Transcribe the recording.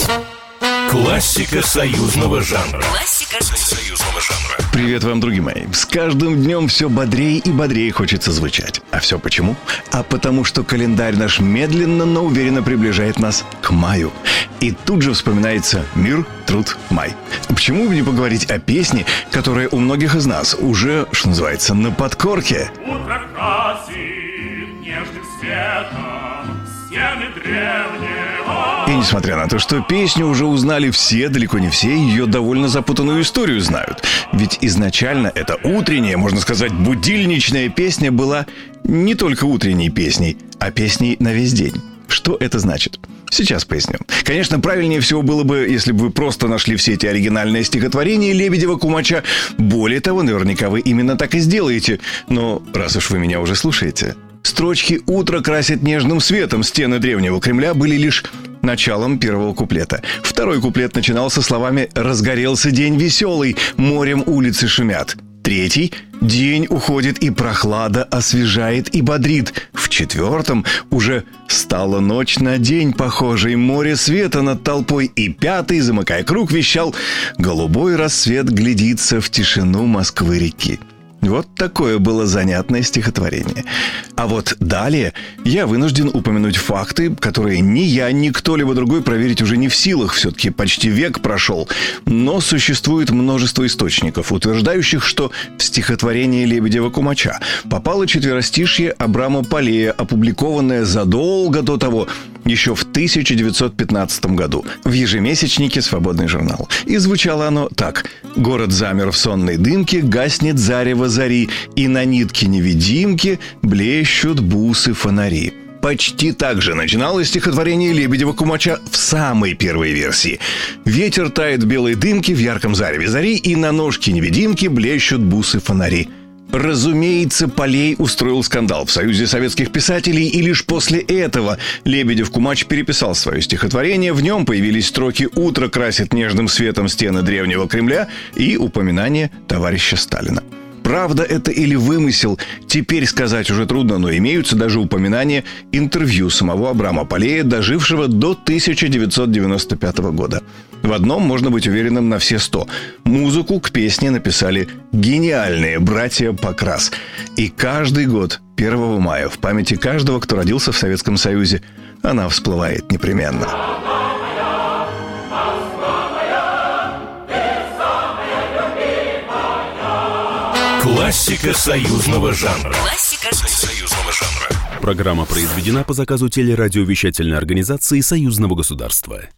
Классика союзного жанра. Привет вам, друзья мои. С каждым днем все бодрее и бодрее хочется звучать. А все почему? А потому что календарь наш медленно, но уверенно приближает нас к маю. И тут же вспоминается мир, труд, май. Почему бы не поговорить о песне, которая у многих из нас уже, что называется, на подкорке? Утро красит нежным светом стены древнего. И несмотря на то, что песню уже узнали все, далеко не все ее довольно запутанную историю знают. Ведь изначально эта утренняя, можно сказать, будильничная песня была не только утренней песней, а песней на весь день. Что это значит? Сейчас поясню. Конечно, правильнее всего было бы, если бы вы просто нашли в сети оригинальное стихотворение Лебедева-Кумача. Более того, наверняка вы именно так и сделаете. Но раз уж вы меня уже слушаете, строчки «Утро красит нежным светом стены древнего Кремля» были лишь началом первого куплета. Второй куплет начинался словами «Разгорелся день веселый, морем улицы шумят». Третий «День уходит, и прохлада освежает и бодрит». В четвертом уже «Стала ночь на день похожий, море света над толпой». И пятый, замыкая круг, вещал «Голубой рассвет глядится в тишину Москвы-реки». Вот такое было занятное стихотворение. А вот далее я вынужден упомянуть факты, которые ни я, ни кто-либо другой проверить уже не в силах. Все-таки почти век прошел. Но существует множество источников, утверждающих, что в стихотворение Лебедева-Кумача попало четверостишье Абрама Палея, опубликованное задолго до того, еще в 1915 году, в ежемесячнике «Свободный журнал». И звучало оно так: «Город замер в сонной дымке, гаснет зарево зари, и на нитке невидимки блещут бусы фонари». Почти так же начиналось стихотворение Лебедева-Кумача в самой первой версии. «Ветер тает в белой дымке, в ярком зареве зари, и на ножке невидимки блещут бусы фонари». Разумеется, Палей устроил скандал в Союзе советских писателей, и лишь после этого Лебедев-Кумач переписал свое стихотворение. В нем появились строки «Утро красит нежным светом стены древнего Кремля» и упоминание товарища Сталина. Правда это или вымысел, теперь сказать уже трудно, но имеются даже упоминания интервью самого Абрама Палея, дожившего до 1995 года. В одном можно быть уверенным на все 100. Музыку к песне написали гениальные братья Покрас. И каждый год 1 мая в памяти каждого, кто родился в Советском Союзе, она всплывает непременно. Классика союзного жанра. Программа произведена по заказу телерадиовещательной организации Союзного государства.